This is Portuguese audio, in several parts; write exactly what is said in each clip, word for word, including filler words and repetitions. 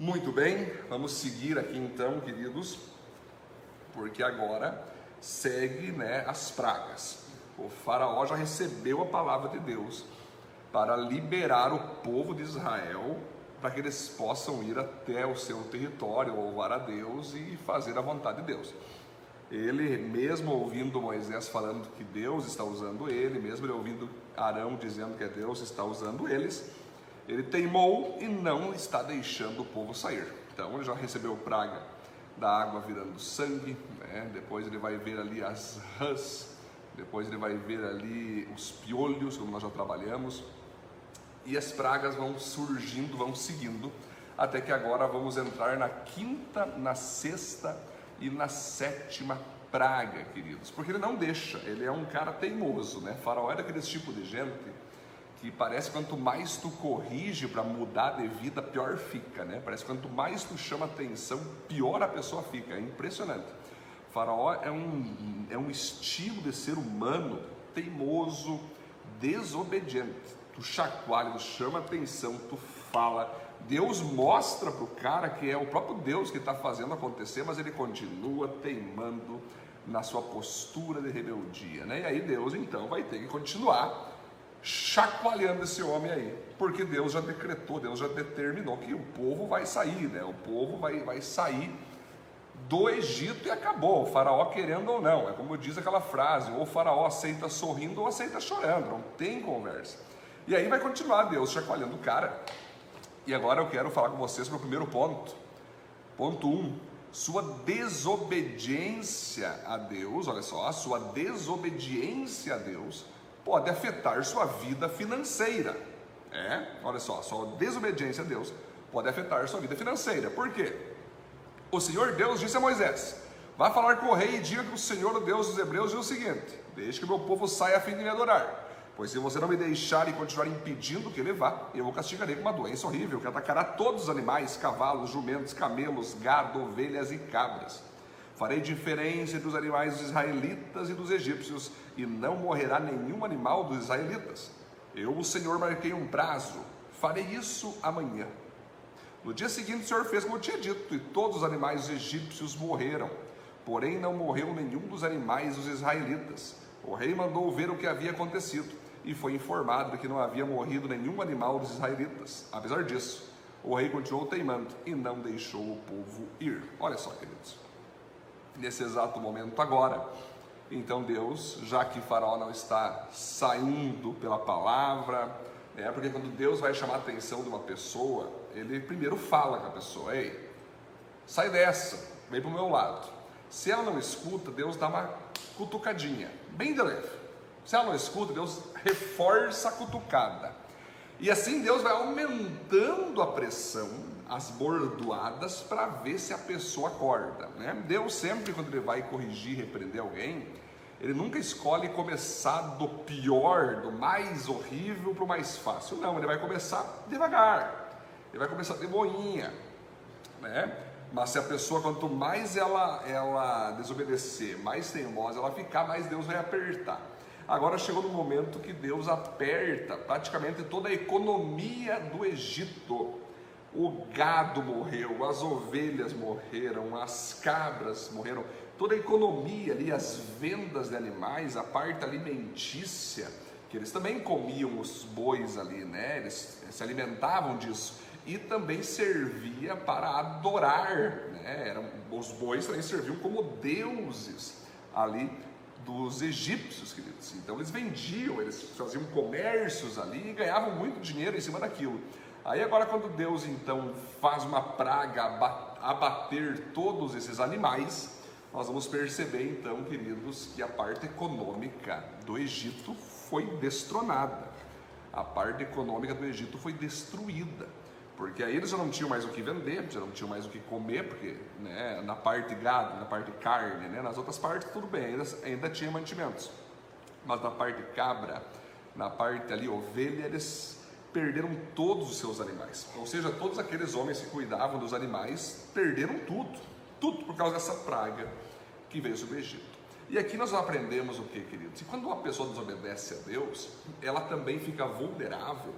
Muito bem, vamos seguir aqui então, queridos, porque agora segue, né, as pragas. O faraó já recebeu a palavra de Deus para liberar o povo de Israel, para que eles possam ir até o seu território, louvar a Deus e fazer a vontade de Deus. Ele, mesmo ouvindo Moisés falando que Deus está usando ele, mesmo ele ouvindo Arão dizendo que Deus está usando eles, ele teimou e não está deixando o povo sair. Então ele já recebeu praga da água virando sangue, né? Depois ele vai ver ali as rãs, depois ele vai ver ali os piolhos, como nós já trabalhamos, e as pragas vão surgindo, vão seguindo, até que agora vamos entrar na quinta, na sexta e na sétima praga, queridos, porque ele não deixa, ele é um cara teimoso, né? Faraó é daqueles tipo de gente que parece que quanto mais tu corrige para mudar de vida, pior fica, né? Parece que quanto mais tu chama atenção, pior a pessoa fica, é impressionante. O faraó é um, é um estilo de ser humano teimoso, desobediente. Tu chacoalha, tu chama atenção, tu fala, Deus mostra para o cara que é o próprio Deus que está fazendo acontecer, mas ele continua teimando na sua postura de rebeldia, né? E aí Deus então vai ter que continuar chacoalhando esse homem aí, porque Deus já decretou, Deus já determinou que o povo vai sair, né? O povo vai, vai sair do Egito e acabou, o faraó querendo ou não. É como diz aquela frase, ou o faraó aceita sorrindo ou aceita chorando, não tem conversa. E aí vai continuar Deus chacoalhando o cara. E agora eu quero falar com vocês sobre o primeiro ponto. Ponto um, sua desobediência a Deus, olha só, a sua desobediência a Deus pode afetar sua vida financeira. É, olha só, sua desobediência a Deus pode afetar sua vida financeira. Por quê? O Senhor Deus disse a Moisés: vá falar com o rei e diga que o Senhor, o Deus dos Hebreus, diz o seguinte: deixe que o meu povo saia a fim de me adorar, pois se você não me deixar e continuar impedindo que ele vá, eu o castigarei com uma doença horrível que atacará todos os animais, cavalos, jumentos, camelos, gado, ovelhas e cabras. Farei diferença entre os animais dos israelitas e dos egípcios, e não morrerá nenhum animal dos israelitas. Eu, o Senhor, marquei um prazo, farei isso amanhã. No dia seguinte o Senhor fez como eu tinha dito, e todos os animais dos egípcios morreram, porém não morreu nenhum dos animais dos israelitas. O rei mandou ver o que havia acontecido, e foi informado de que não havia morrido nenhum animal dos israelitas. Apesar disso, o rei continuou teimando e não deixou o povo ir. Olha só, queridos, nesse exato momento agora, então Deus, já que Faraó não está saindo pela palavra, é porque quando Deus vai chamar a atenção de uma pessoa, ele primeiro fala com a pessoa: ei, sai dessa, vem para o meu lado. Se ela não escuta, Deus dá uma cutucadinha, bem de leve. Se ela não escuta, Deus reforça a cutucada, e assim Deus vai aumentando a pressão, as bordoadas, para ver se a pessoa acorda, né? Deus sempre, quando ele vai corrigir, repreender alguém, ele nunca escolhe começar do pior, do mais horrível para o mais fácil. Não, ele vai começar devagar, ele vai começar de boinha, né? Mas se a pessoa, quanto mais ela, ela desobedecer, mais teimosa ela ficar, mais Deus vai apertar. Agora chegou no momento que Deus aperta praticamente toda a economia do Egito. O gado morreu, as ovelhas morreram, as cabras morreram, toda a economia ali, as vendas de animais, a parte alimentícia, que eles também comiam os bois ali, né? Eles se alimentavam disso, e também servia para adorar, né? Eram, os bois também serviam como deuses ali dos egípcios, queridos. Então eles vendiam, eles faziam comércios ali e ganhavam muito dinheiro em cima daquilo. Aí agora, quando Deus então faz uma praga abater todos esses animais, nós vamos perceber então, queridos, que a parte econômica do Egito foi destronada. A parte econômica do Egito foi destruída, porque aí eles já não tinham mais o que vender, já não tinham mais o que comer, porque, né, na parte gado, na parte carne, né, nas outras partes tudo bem, ainda, ainda tinha mantimentos, mas na parte cabra, na parte ali ovelha, eles perderam todos os seus animais. Ou seja, todos aqueles homens que cuidavam dos animais perderam tudo, tudo por causa dessa praga que veio sobre o Egito. E aqui nós aprendemos o que, queridos? Que quando uma pessoa desobedece a Deus, ela também fica vulnerável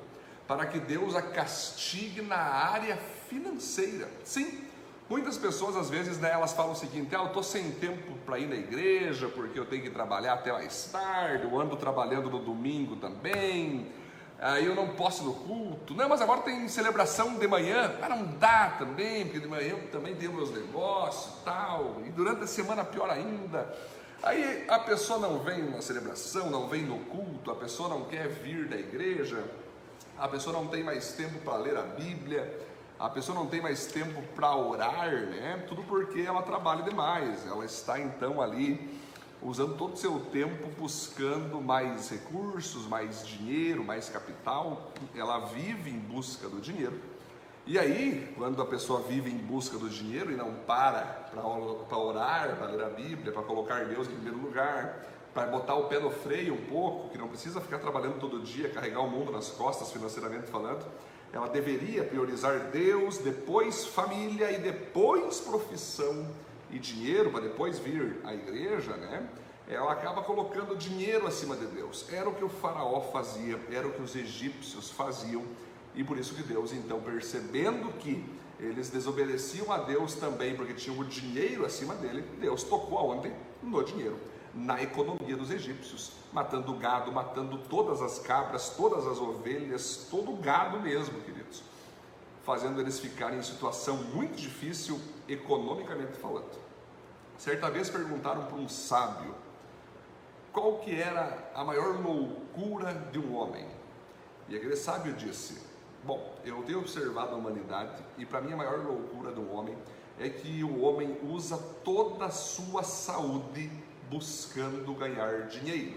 para que Deus a castigue na área financeira. Sim, muitas pessoas às vezes, né, elas falam o seguinte: ah, eu estou sem tempo para ir na igreja, porque eu tenho que trabalhar até mais tarde, eu ando trabalhando no domingo também, aí eu não posso ir no culto. Não, mas agora tem celebração de manhã. Ah, não dá também, porque de manhã eu também tenho meus negócios e tal, e durante a semana pior ainda. Aí a pessoa não vem na celebração, não vem no culto, a pessoa não quer vir da igreja, a pessoa não tem mais tempo para ler a Bíblia, a pessoa não tem mais tempo para orar, né? Tudo porque ela trabalha demais. Ela está então ali usando todo o seu tempo buscando mais recursos, mais dinheiro, mais capital. Ela vive em busca do dinheiro. E aí, quando a pessoa vive em busca do dinheiro e não para para orar, para ler a Bíblia, para colocar Deus em primeiro lugar, para botar o pé no freio um pouco, que não precisa ficar trabalhando todo dia, carregar o mundo nas costas financeiramente falando, ela deveria priorizar Deus, depois família e depois profissão e dinheiro, para depois vir à igreja, né? Ela acaba colocando dinheiro acima de Deus. Era o que o faraó fazia, era o que os egípcios faziam. E por isso que Deus, então, percebendo que eles desobedeciam a Deus também, porque tinham o dinheiro acima dele, Deus tocou aonde? No dinheiro, na economia dos egípcios, matando o gado, matando todas as cabras, todas as ovelhas, todo o gado mesmo, queridos, fazendo eles ficarem em situação muito difícil, economicamente falando. Certa vez perguntaram para um sábio qual que era a maior loucura de um homem, e aquele sábio disse: bom, eu tenho observado a humanidade e para mim a maior loucura do homem é que o homem usa toda a sua saúde buscando ganhar dinheiro.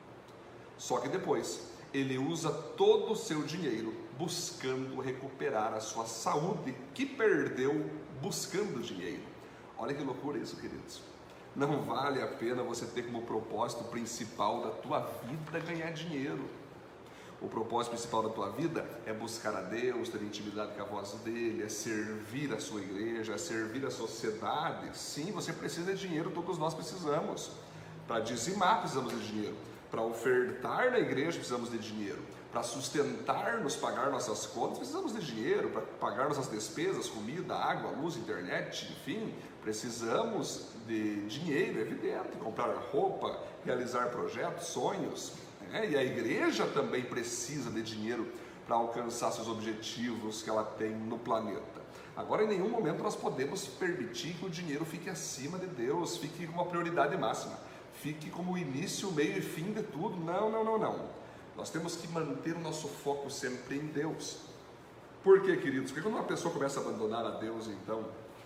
Só que depois ele usa todo o seu dinheiro buscando recuperar a sua saúde que perdeu buscando dinheiro. Olha que loucura isso, queridos. Não vale a pena você ter como propósito principal da tua vida ganhar dinheiro. O propósito principal da tua vida é buscar a Deus, ter intimidade com a voz dele, é servir a sua igreja, é servir a sociedade. Sim, você precisa de dinheiro, todos nós precisamos. Para dizimar precisamos de dinheiro, para ofertar na igreja precisamos de dinheiro, para sustentar, nos pagar nossas contas precisamos de dinheiro, para pagar nossas despesas, comida, água, luz, internet, enfim, precisamos de dinheiro, é evidente, comprar roupa, realizar projetos, sonhos. É, e a igreja também precisa de dinheiro para alcançar seus objetivos que ela tem no planeta. Agora, em nenhum momento nós podemos permitir que o dinheiro fique acima de Deus, fique como uma prioridade máxima, fique como o início, o meio e fim de tudo. Não, não, não, não. Nós temos que manter o nosso foco sempre em Deus. Por quê, queridos? Porque quando uma pessoa começa a abandonar a Deus, então,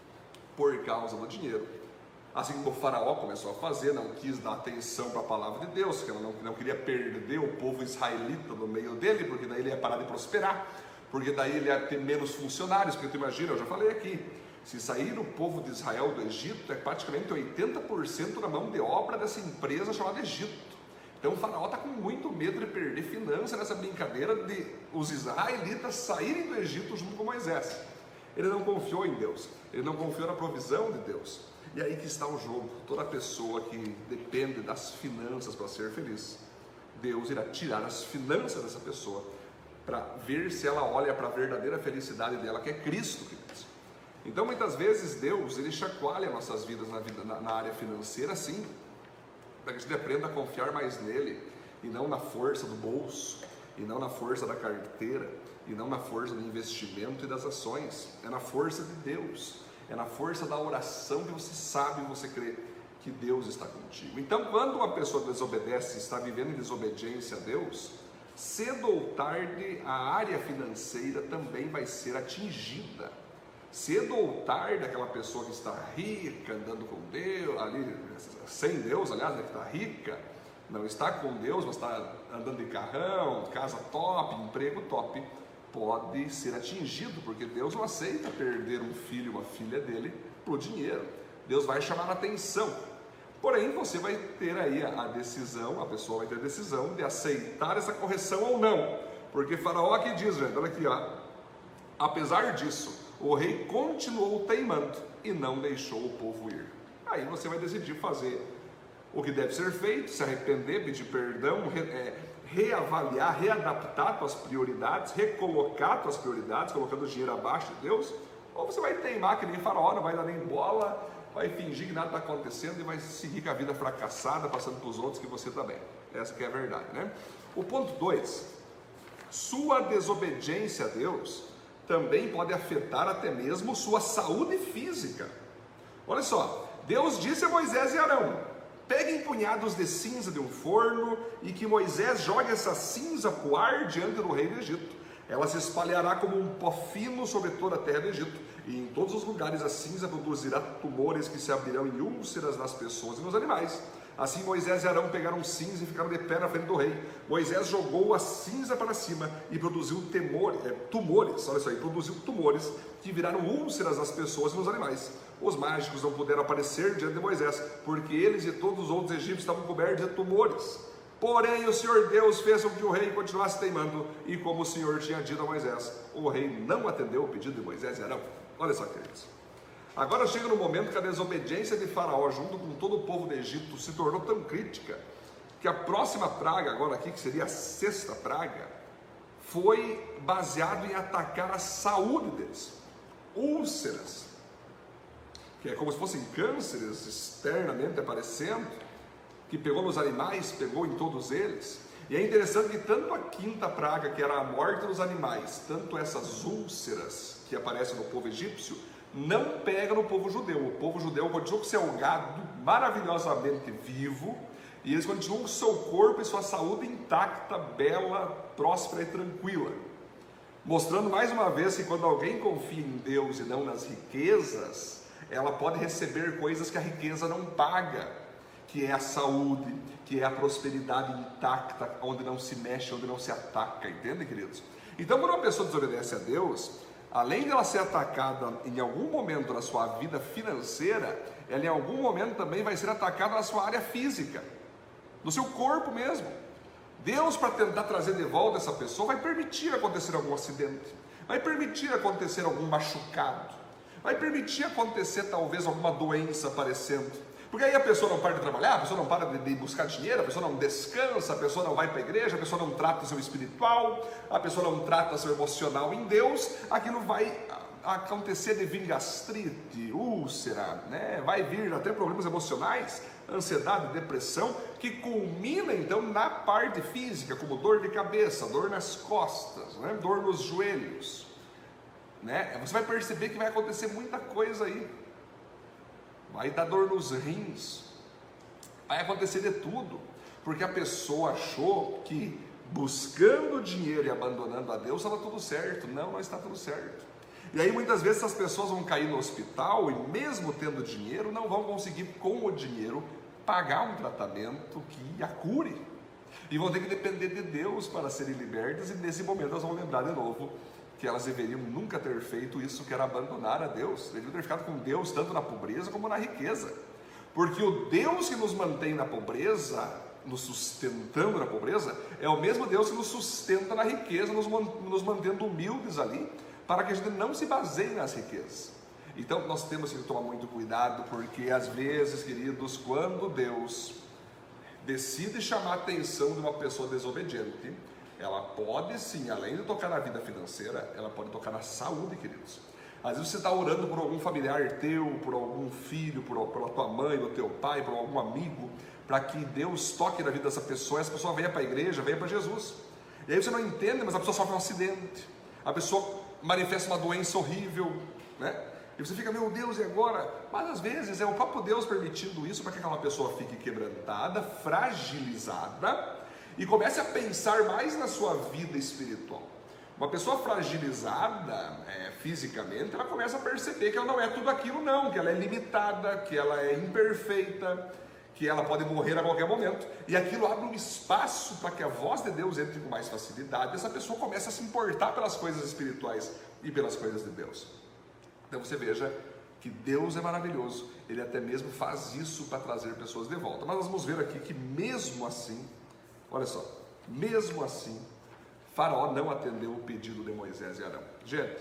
por causa do dinheiro, assim como o faraó começou a fazer, não quis dar atenção para a palavra de Deus, que ela não, não queria perder o povo israelita no meio dele, porque daí ele ia parar de prosperar, porque daí ele ia ter menos funcionários, porque tu imagina, eu já falei aqui, se sair o povo de Israel do Egito, é praticamente oitenta por cento da mão de obra dessa empresa chamada Egito. Então o faraó está com muito medo de perder finança nessa brincadeira de os israelitas saírem do Egito junto com Moisés. Ele não confiou em Deus, ele não confiou na provisão de Deus. E aí que está o jogo. Toda pessoa que depende das finanças para ser feliz, Deus irá tirar as finanças dessa pessoa para ver se ela olha para a verdadeira felicidade dela, que é Cristo, queridos. Então muitas vezes Deus, ele chacoalha nossas vidas na, vida, na, na área financeira, sim, para que a gente aprenda a confiar mais nele, e não na força do bolso, e não na força da carteira, e não na força do investimento e das ações. É na força de Deus, é na força da oração que você sabe e você crê que Deus está contigo. Então, quando uma pessoa desobedece, está vivendo em desobediência a Deus, cedo ou tarde a área financeira também vai ser atingida. Cedo ou tarde aquela pessoa que está rica, andando com Deus, ali, sem Deus, aliás, né, que está rica, não está com Deus, mas está andando de carrão, casa top, emprego top, pode ser atingido, porque Deus não aceita perder um filho, uma filha dele, por dinheiro. Deus vai chamar a atenção. Porém, você vai ter aí a decisão, a pessoa vai ter a decisão de aceitar essa correção ou não. Porque Faraó aqui diz, gente, olha aqui, ó, apesar disso, o rei continuou teimando e não deixou o povo ir. Aí você vai decidir fazer o que deve ser feito, se arrepender, pedir perdão, é, reavaliar, readaptar tuas prioridades, recolocar tuas prioridades, colocando o dinheiro abaixo de Deus, ou você vai teimar que nem Faraó, não vai dar nem bola, vai fingir que nada está acontecendo e vai seguir com a vida fracassada, passando para os outros que você está bem. Essa que é a verdade, né? O ponto dois, sua desobediência a Deus também pode afetar até mesmo sua saúde física. Olha só, Deus disse a Moisés e Arão: peguem punhados de cinza de um forno e que Moisés jogue essa cinza para o ar diante do rei do Egito. Ela se espalhará como um pó fino sobre toda a terra do Egito, e em todos os lugares a cinza produzirá tumores que se abrirão em úlceras nas pessoas e nos animais. Assim Moisés e Arão pegaram cinza e ficaram de pé na frente do rei. Moisés jogou a cinza para cima e produziu temor, é, tumores, olha só aí, produziu tumores que viraram úlceras nas pessoas e nos animais. Os mágicos não puderam aparecer diante de Moisés, porque eles e todos os outros egípcios estavam cobertos de tumores. Porém o Senhor Deus fez com que o rei continuasse teimando, e como o Senhor tinha dito a Moisés, o rei não atendeu o pedido de Moisés e Arão. Olha só, queridos. Agora chega no momento que a desobediência de Faraó, junto com todo o povo do Egito, se tornou tão crítica, que a próxima praga, agora aqui, que seria a sexta praga, foi baseado em atacar a saúde deles. Úlceras, que é como se fossem cânceres externamente aparecendo, que pegou nos animais, pegou em todos eles. E é interessante que tanto a quinta praga, que era a morte dos animais, tanto essas úlceras que aparecem no povo egípcio, não pega no povo judeu. O povo judeu continua com seu gado maravilhosamente vivo, e eles continuam com seu corpo e sua saúde intacta, bela, próspera e tranquila. Mostrando mais uma vez que quando alguém confia em Deus e não nas riquezas, ela pode receber coisas que a riqueza não paga, que é a saúde, que é a prosperidade intacta, onde não se mexe, onde não se ataca, entende, queridos? Então, quando uma pessoa desobedece a Deus, além de ela ser atacada em algum momento na sua vida financeira, ela em algum momento também vai ser atacada na sua área física, no seu corpo mesmo. Deus, para tentar trazer de volta essa pessoa, vai permitir acontecer algum acidente, vai permitir acontecer algum machucado, vai permitir acontecer talvez alguma doença aparecendo, porque aí a pessoa não para de trabalhar, a pessoa não para de buscar dinheiro, a pessoa não descansa, a pessoa não vai para a igreja, a pessoa não trata o seu espiritual, a pessoa não trata o seu emocional em Deus, aquilo vai acontecer de vir gastrite, úlcera, né? Vai vir até problemas emocionais, ansiedade, depressão, que culmina então na parte física, como dor de cabeça, dor nas costas, né? Dor nos joelhos, né? Você vai perceber que vai acontecer muita coisa aí. Vai dar dor nos rins, vai acontecer de tudo, porque a pessoa achou que buscando dinheiro e abandonando a Deus estava tudo certo. Não, não está tudo certo. E aí muitas vezes essas pessoas vão cair no hospital e mesmo tendo dinheiro, não vão conseguir com o dinheiro pagar um tratamento que a cure. E vão ter que depender de Deus para serem libertas, e nesse momento elas vão lembrar de novo que elas deveriam nunca ter feito isso, que era abandonar a Deus. Deveriam ter ficado com Deus tanto na pobreza como na riqueza, porque o Deus que nos mantém na pobreza, nos sustentando na pobreza, é o mesmo Deus que nos sustenta na riqueza, nos, nos mantendo humildes ali, para que a gente não se baseie nas riquezas. Então nós temos que tomar muito cuidado, porque às vezes, queridos, quando Deus decide chamar a atenção de uma pessoa desobediente, ela pode sim, além de tocar na vida financeira, ela pode tocar na saúde, queridos. Às vezes você está orando por algum familiar teu, por algum filho, por, pela tua mãe, do teu pai, por algum amigo, para que Deus toque na vida dessa pessoa, e essa pessoa venha para a igreja, venha para Jesus. E aí você não entende, mas a pessoa sofre um acidente, a pessoa manifesta uma doença horrível, né? E você fica, meu Deus, e agora? Mas às vezes é o próprio Deus permitindo isso para que aquela pessoa fique quebrantada, fragilizada, e comece a pensar mais na sua vida espiritual. Uma pessoa fragilizada é, fisicamente, ela começa a perceber que ela não é tudo aquilo não, que ela é limitada, que ela é imperfeita, que ela pode morrer a qualquer momento, e aquilo abre um espaço para que a voz de Deus entre com mais facilidade, essa pessoa começa a se importar pelas coisas espirituais e pelas coisas de Deus. Então você veja que Deus é maravilhoso, Ele até mesmo faz isso para trazer pessoas de volta. Mas nós vamos ver aqui que mesmo assim, olha só, mesmo assim, Faraó não atendeu o pedido de Moisés e Arão. Gente,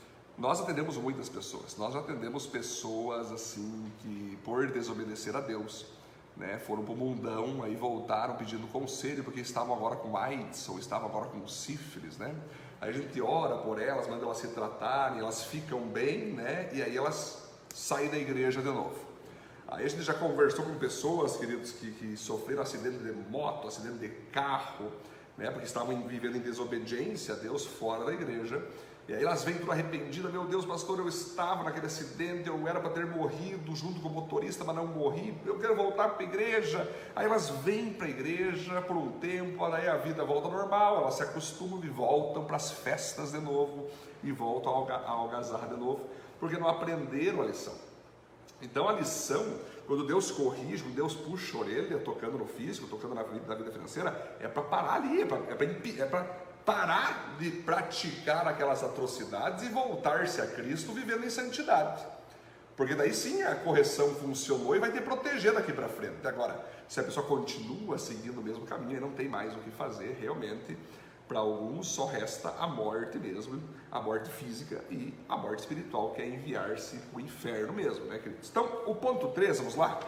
nós atendemos muitas pessoas, nós já atendemos pessoas assim que por desobedecer a Deus, né, foram para o mundão, aí voltaram pedindo conselho, porque estavam agora com AIDS, ou estavam agora com sífilis, né? Aí a gente ora por elas, manda elas se tratarem, elas ficam bem, né? E aí elas saem da igreja de novo. Aí a gente já conversou com pessoas, queridos, que, que sofreram acidente de moto, acidente de carro, né? Porque estavam vivendo em desobediência a Deus fora da igreja. E aí elas vêm tudo arrependidas: meu Deus, pastor, eu estava naquele acidente, eu era para ter morrido junto com o motorista, mas não morri, eu quero voltar para a igreja. Aí elas vêm para a igreja por um tempo, aí a vida volta ao normal, elas se acostumam e voltam para as festas de novo, e voltam a algazarra de novo, porque não aprenderam a lição. Então a lição, quando Deus corrige, quando Deus puxa a orelha, tocando no físico, tocando na vida, na vida financeira, é para parar ali, é para é para parar de praticar aquelas atrocidades e voltar-se a Cristo vivendo em santidade. Porque daí sim a correção funcionou e vai te proteger daqui para frente. Agora, se a pessoa continua seguindo o mesmo caminho e não tem mais o que fazer, realmente, para alguns só resta a morte mesmo, a morte física e a morte espiritual, que é enviar-se para o inferno mesmo, né, queridos? Então, o ponto três, vamos lá?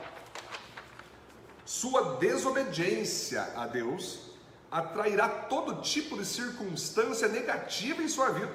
Sua desobediência a Deus atrairá todo tipo de circunstância negativa em sua vida.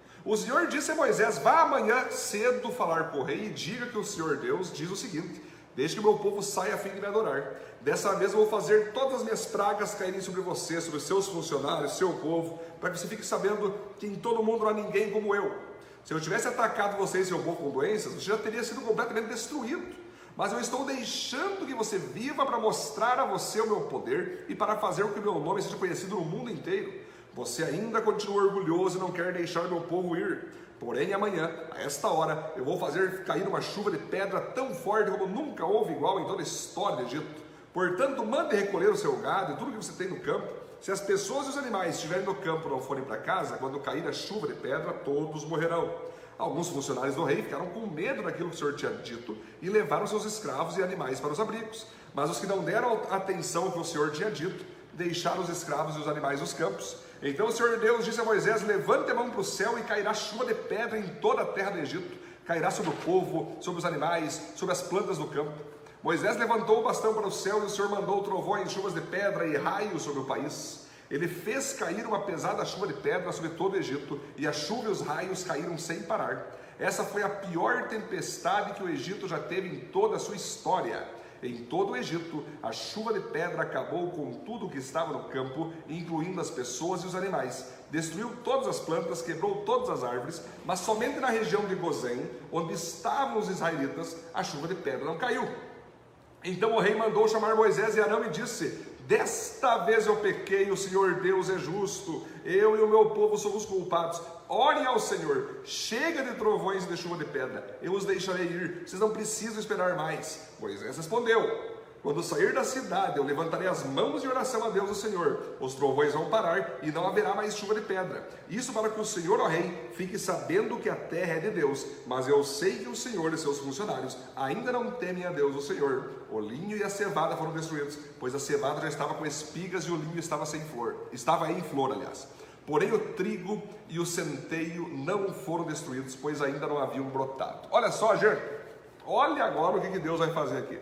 O Senhor disse a Moisés: vá amanhã cedo falar com o rei e diga que o Senhor Deus diz o seguinte: deixe que o meu povo saia a fim de me adorar. Dessa vez eu vou fazer todas as minhas pragas caírem sobre você, sobre os seus funcionários, seu povo, para que você fique sabendo que em todo mundo não há ninguém como eu. Se eu tivesse atacado você e seu povo com doenças, você já teria sido completamente destruído. Mas eu estou deixando que você viva para mostrar a você o meu poder e para fazer com que o meu nome seja conhecido no mundo inteiro. Você ainda continua orgulhoso e não quer deixar o meu povo ir. Porém, amanhã, a esta hora, eu vou fazer cair uma chuva de pedra tão forte como nunca houve igual em toda a história do Egito. Portanto, mande recolher o seu gado e tudo que você tem no campo. Se as pessoas e os animais estiverem no campo e não forem para casa, quando cair a chuva de pedra, todos morrerão. Alguns funcionários do rei ficaram com medo daquilo que o Senhor tinha dito e levaram seus escravos e animais para os abrigos. Mas os que não deram atenção ao que o Senhor tinha dito, deixaram os escravos e os animais nos campos. Então o Senhor Deus disse a Moisés: levante a mão para o céu e cairá chuva de pedra em toda a terra do Egito. Cairá sobre o povo, sobre os animais, sobre as plantas do campo. Moisés levantou o bastão para o céu e o Senhor mandou trovões, chuvas de pedra e raios sobre o país. Ele fez cair uma pesada chuva de pedra sobre todo o Egito, e a chuva e os raios caíram sem parar. Essa foi a pior tempestade que o Egito já teve em toda a sua história. Em todo o Egito, a chuva de pedra acabou com tudo o que estava no campo, incluindo as pessoas e os animais. Destruiu todas as plantas, quebrou todas as árvores, mas somente na região de Gozém, onde estavam os israelitas, a chuva de pedra não caiu. Então o rei mandou chamar Moisés e Arão e disse: desta vez eu pequei, o Senhor Deus é justo, eu e o meu povo somos culpados. Orem ao Senhor, chega de trovões e de chuva de pedra, eu os deixarei ir, vocês não precisam esperar mais. Moisés respondeu: quando sair da cidade, eu levantarei as mãos em oração a Deus, o Senhor. Os trovões vão parar e não haverá mais chuva de pedra. Isso para que o Senhor, ó rei, fique sabendo que a terra é de Deus. Mas eu sei que o Senhor e seus funcionários ainda não temem a Deus, o Senhor. O linho e a cevada foram destruídos, pois a cevada já estava com espigas e o linho estava sem flor. Estava em flor, aliás. Porém o trigo e o centeio não foram destruídos, pois ainda não haviam brotado. Olha só, gente. Olha agora o que Deus vai fazer aqui.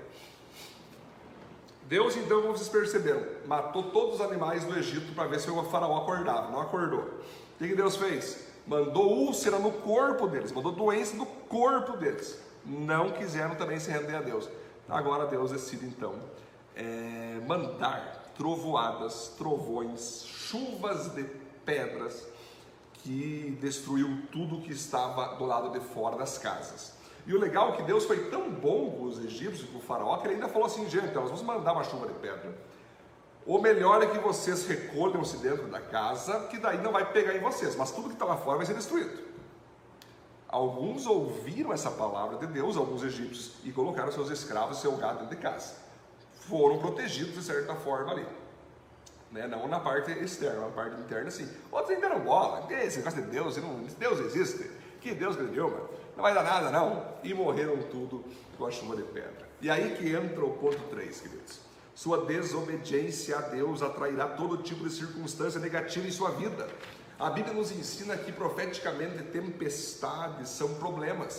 Deus, então, como vocês perceberam, matou todos os animais do Egito para ver se o faraó acordava. Não acordou. O que Deus fez? Mandou úlcera no corpo deles, mandou doença no corpo deles. Não quiseram também se render a Deus. Agora Deus decide, então, é, mandar trovoadas, trovões, chuvas de pedras, que destruiu tudo que estava do lado de fora das casas. E o legal é que Deus foi tão bom com os egípcios, com o faraó, que ele ainda falou assim: gente, nós vamos mandar uma chuva de pedra. O melhor é que vocês recolham-se dentro da casa, que daí não vai pegar em vocês, mas tudo que está lá fora vai ser destruído. Alguns ouviram essa palavra de Deus, alguns egípcios, e colocaram seus escravos e seu gado dentro de casa. Foram protegidos de certa forma ali. Né? Não na parte externa, na parte interna sim. Outros ainda não bola, esse negócio de Deus, não, Deus existe, que Deus ganhou, mano. Não vai dar nada não, e morreram tudo com a chuva de pedra. E aí que entra o ponto três, queridos. Sua desobediência a Deus atrairá todo tipo de circunstância negativa em sua vida. A Bíblia nos ensina que profeticamente tempestades são problemas,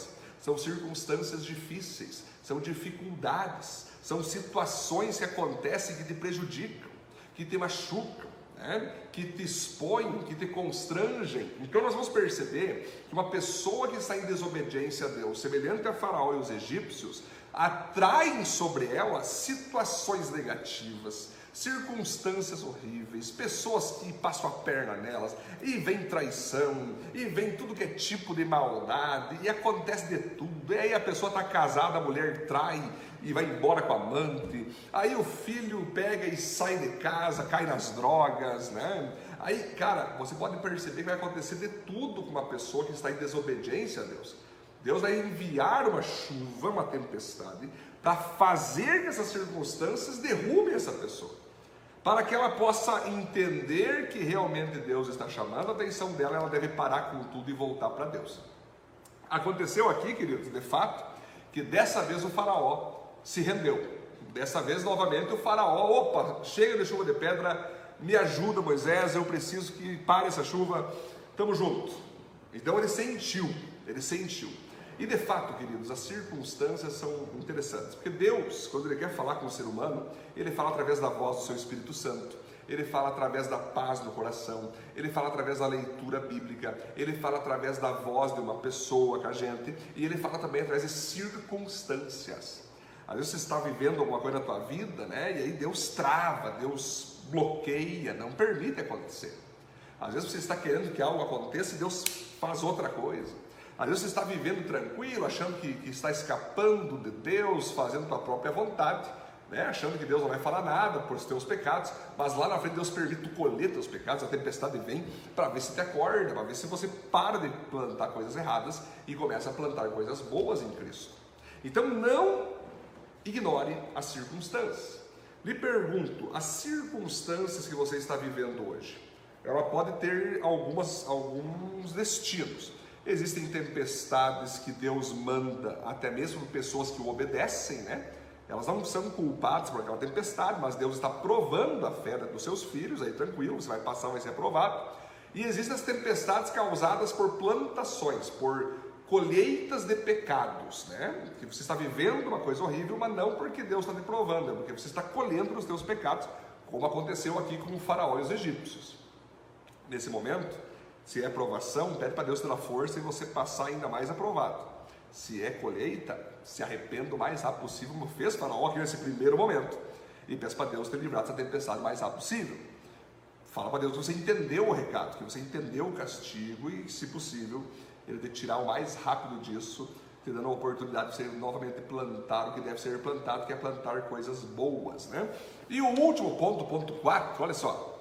são circunstâncias difíceis, são dificuldades, são situações que acontecem que te prejudicam, que te machucam, né? Que te expõem, que te constrangem. Então nós vamos perceber que uma pessoa que está em desobediência a Deus, semelhante a Faraó e os egípcios, atraem sobre ela situações negativas, circunstâncias horríveis, pessoas que passam a perna nelas, e vem traição, e vem tudo que é tipo de maldade, e acontece de tudo. E aí a pessoa está casada, a mulher trai e vai embora com a amante, aí o filho pega e sai de casa, cai nas drogas, né? Aí, cara, você pode perceber que vai acontecer de tudo com uma pessoa que está em desobediência a Deus. Deus vai enviar uma chuva, uma tempestade, para fazer que essas circunstâncias derrubem essa pessoa, para que ela possa entender que realmente Deus está chamando a atenção dela, ela deve parar com tudo e voltar para Deus. Aconteceu aqui, queridos, de fato, que dessa vez o faraó se rendeu. Dessa vez, novamente, o faraó, opa, chega de chuva de pedra, me ajuda, Moisés, eu preciso que pare essa chuva, tamo junto. Então ele sentiu, ele sentiu. E de fato, queridos, as circunstâncias são interessantes, porque Deus, quando Ele quer falar com o ser humano, Ele fala através da voz do Seu Espírito Santo, Ele fala através da paz no coração, Ele fala através da leitura bíblica, Ele fala através da voz de uma pessoa com a gente, e Ele fala também através de circunstâncias. Às vezes você está vivendo alguma coisa na tua vida, né? E aí Deus trava, Deus bloqueia, não permite acontecer. Às vezes você está querendo que algo aconteça e Deus faz outra coisa. Às vezes você está vivendo tranquilo, achando que, que está escapando de Deus, fazendo tua própria vontade, né? Achando que Deus não vai falar nada por os teus pecados, mas lá na frente Deus permite tu colher teus pecados, a tempestade vem para ver se te acorda, para ver se você para de plantar coisas erradas e começa a plantar coisas boas em Cristo. Então não ignore as circunstâncias. Lhe pergunto, as circunstâncias que você está vivendo hoje, ela pode ter algumas, alguns destinos. Existem tempestades que Deus manda, até mesmo pessoas que o obedecem, né? Elas não são culpadas por aquela tempestade, mas Deus está provando a fé dos seus filhos, aí tranquilo, você vai passar, vai ser aprovado. E existem as tempestades causadas por plantações, por colheitas de pecados, né? Que você está vivendo uma coisa horrível, mas não porque Deus está te provando, é porque você está colhendo os teus pecados, como aconteceu aqui com o faraó e os egípcios. Nesse momento, se é provação, pede para Deus ter a força e você passar ainda mais aprovado. Se é colheita, se arrependa o mais rápido possível, como fez Faraó aqui nesse primeiro momento. E peça para Deus ter livrado dessa tempestade o mais rápido possível. Fala para Deus que você entendeu o recado, que você entendeu o castigo e, se possível, Ele te tirar o mais rápido disso, te dando a oportunidade de você novamente plantar o que deve ser plantado, que é plantar coisas boas, né? E o último ponto, ponto quatro, olha só.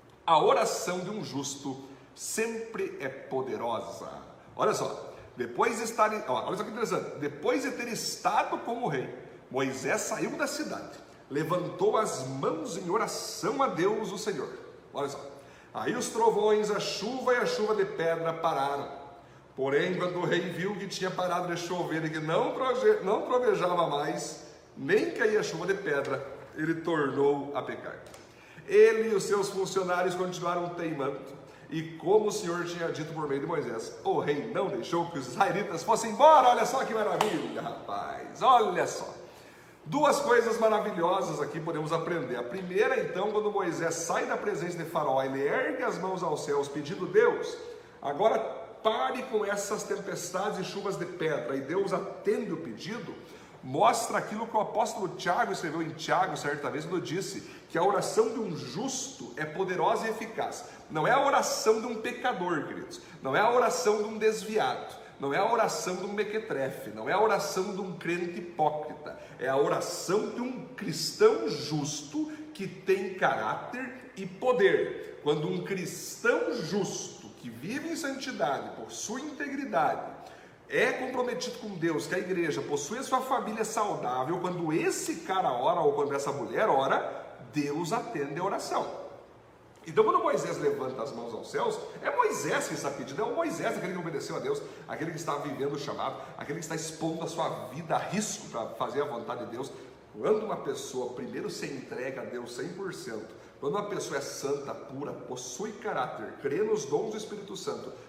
A oração de um justo sempre é poderosa. Olha só, depois de estar, olha só que interessante, depois de ter estado com o rei, Moisés saiu da cidade, levantou as mãos em oração a Deus, o Senhor. Olha só, aí os trovões, a chuva e a chuva de pedra pararam. Porém, quando o rei viu que tinha parado de chover e que não, troje, não trovejava mais, nem caía chuva de pedra, ele tornou a pecar. Ele e os seus funcionários continuaram teimando. E como o Senhor tinha dito por meio de Moisés, o rei não deixou que os israelitas fossem embora. Olha só que maravilha, rapaz, olha só. Duas coisas maravilhosas aqui podemos aprender. A primeira, então, quando Moisés sai da presença de Faraó, ele ergue as mãos aos céus pedindo: Deus, agora pare com essas tempestades e chuvas de pedra. E Deus atende o pedido. Mostra aquilo que o apóstolo Tiago escreveu em Tiago certa vez, quando disse que a oração de um justo é poderosa e eficaz. Não é a oração de um pecador, queridos, não é a oração de um desviado, não é a oração de um mequetrefe, não é a oração de um crente hipócrita, é a oração de um cristão justo que tem caráter e poder. Quando um cristão justo que vive em santidade, por sua integridade, é comprometido com Deus, que a igreja possui a sua família saudável, quando esse cara ora ou quando essa mulher ora, Deus atende a oração. Então, quando Moisés levanta as mãos aos céus, é Moisés que está pedindo, é o Moisés, aquele que obedeceu a Deus, aquele que está vivendo o chamado, aquele que está expondo a sua vida a risco para fazer a vontade de Deus. Quando uma pessoa primeiro se entrega a Deus cem por cento, quando uma pessoa é santa, pura, possui caráter, crê nos dons do Espírito Santo,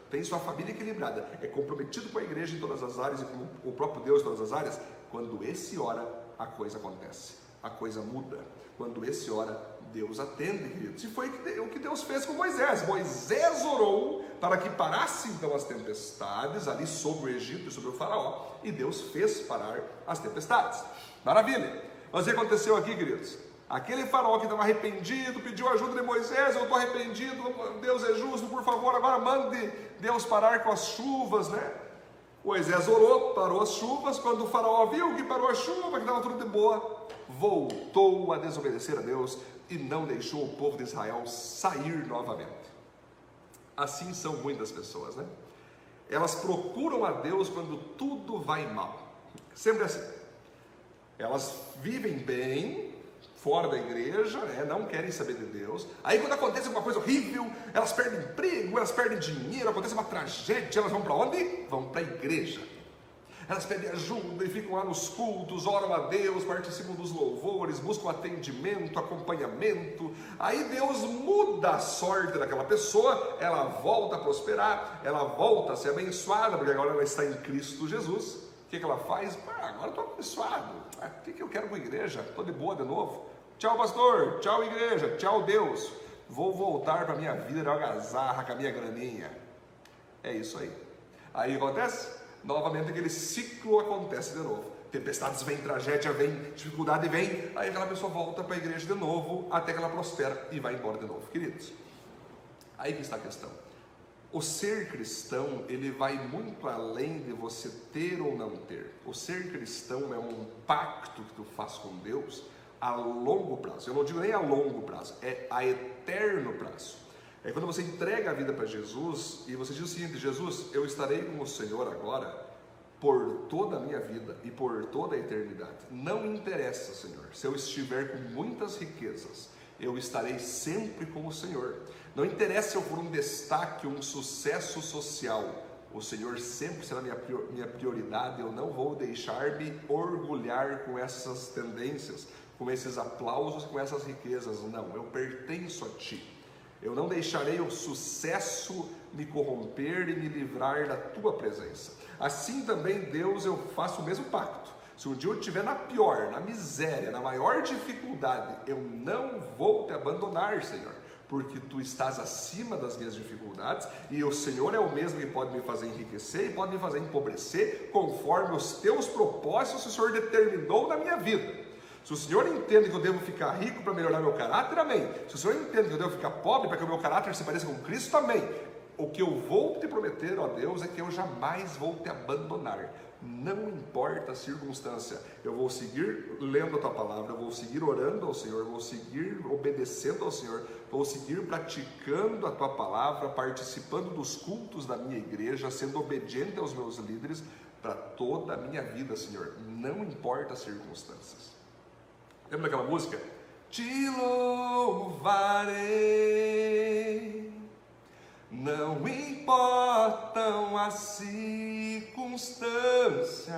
tem sua família equilibrada, é comprometido com a igreja em todas as áreas e com o próprio Deus em todas as áreas, quando esse ora, a coisa acontece, a coisa muda. Quando esse ora, Deus atende, queridos. E foi o que Deus fez com Moisés. Moisés orou para que parassem então as tempestades ali sobre o Egito e sobre o faraó, e Deus fez parar as tempestades. Maravilha! Mas o que aconteceu aqui, queridos? Aquele faraó que estava arrependido, pediu ajuda de Moisés, eu estou arrependido, Deus é justo, por favor, agora mande Deus parar com as chuvas, né? Moisés orou, parou as chuvas. Quando o faraó viu que parou a chuva, que estava tudo de boa, voltou a desobedecer a Deus e não deixou o povo de Israel sair novamente. Assim são muitas pessoas, né? Elas procuram a Deus quando tudo vai mal, sempre assim. Elas vivem bem fora da igreja, né? Não querem saber de Deus. Aí quando acontece alguma coisa horrível, elas perdem emprego, elas perdem dinheiro, acontece uma tragédia, elas vão para onde? Vão para a igreja. Elas pedem ajuda e ficam lá nos cultos, oram a Deus, participam dos louvores, buscam atendimento, acompanhamento. Aí Deus muda a sorte daquela pessoa, ela volta a prosperar, ela volta a ser abençoada, porque agora ela está em Cristo Jesus. O que, que ela faz? Ah, agora estou abençoado. Ah, o que, que eu quero com a igreja? Estou de boa de novo. Tchau, pastor. Tchau, igreja. Tchau, Deus. Vou voltar para a minha vida de algazarra com a minha graninha. É isso aí. Aí acontece? Novamente aquele ciclo acontece de novo. Tempestades vem, tragédia vem, dificuldade vem. Aí aquela pessoa volta para a igreja de novo, até que ela prospera e vai embora de novo. Queridos, aí que está a questão. O ser cristão, ele vai muito além de você ter ou não ter. O ser cristão é um pacto que tu faz com Deus a longo prazo. Eu não digo nem a longo prazo, é a eterno prazo. É quando você entrega a vida para Jesus e você diz o seguinte: Jesus, eu estarei com o Senhor agora por toda a minha vida e por toda a eternidade. Não interessa, Senhor, se eu estiver com muitas riquezas, eu estarei sempre com o Senhor. Não interessa se eu for um destaque, um sucesso social, o Senhor sempre será minha minha prioridade. Eu não vou deixar-me orgulhar com essas tendências, com esses aplausos, com essas riquezas. Não, eu pertenço a Ti. Eu não deixarei o sucesso me corromper e me livrar da Tua presença. Assim também, Deus, eu faço o mesmo pacto. Se um dia eu estiver na pior, na miséria, na maior dificuldade, eu não vou Te abandonar, Senhor, porque Tu estás acima das minhas dificuldades e o Senhor é o mesmo que pode me fazer enriquecer e pode me fazer empobrecer conforme os Teus propósitos que o Senhor determinou na minha vida. Se o Senhor entende que eu devo ficar rico para melhorar meu caráter, amém. Se o Senhor entende que eu devo ficar pobre para que o meu caráter se pareça com Cristo, amém. O que eu vou te prometer, ó Deus, é que eu jamais vou te abandonar. Não importa a circunstância, eu vou seguir lendo a Tua palavra, eu vou seguir orando ao Senhor, vou seguir obedecendo ao Senhor, vou seguir praticando a Tua palavra, participando dos cultos da minha igreja, sendo obediente aos meus líderes para toda a minha vida, Senhor. Não importa as circunstâncias. Lembra daquela música? Te louvarei, não importam as circunstâncias,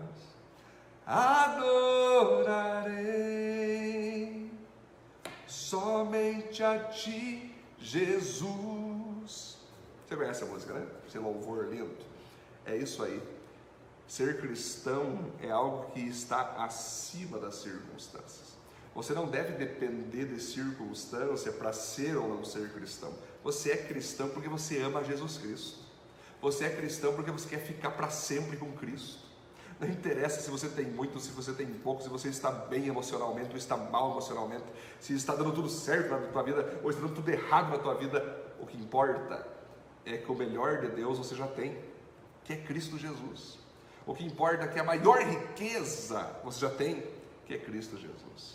adorarei somente a Ti, Jesus. Você conhece a música, né? Esse louvor lindo. É isso aí. Ser cristão é algo que está acima das circunstâncias. Você não deve depender de circunstância para ser ou não ser cristão. Você é cristão porque você ama Jesus Cristo. Você é cristão porque você quer ficar para sempre com Cristo. Não interessa se você tem muito, se você tem pouco, se você está bem emocionalmente ou está mal emocionalmente, se está dando tudo certo na tua vida ou está dando tudo errado na tua vida. O que importa é que o melhor de Deus você já tem, que é Cristo Jesus. O que importa é que a maior riqueza você já tem, que é Cristo Jesus.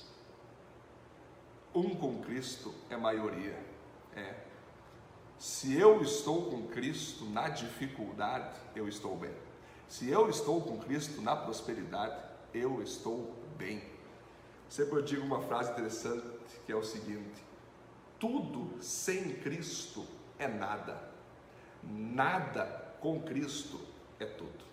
Um com Cristo é maioria. É. Se eu estou com Cristo na dificuldade, eu estou bem. Se eu estou com Cristo na prosperidade, eu estou bem. Sempre eu digo uma frase interessante, que é o seguinte: tudo sem Cristo é nada. Nada com Cristo é tudo.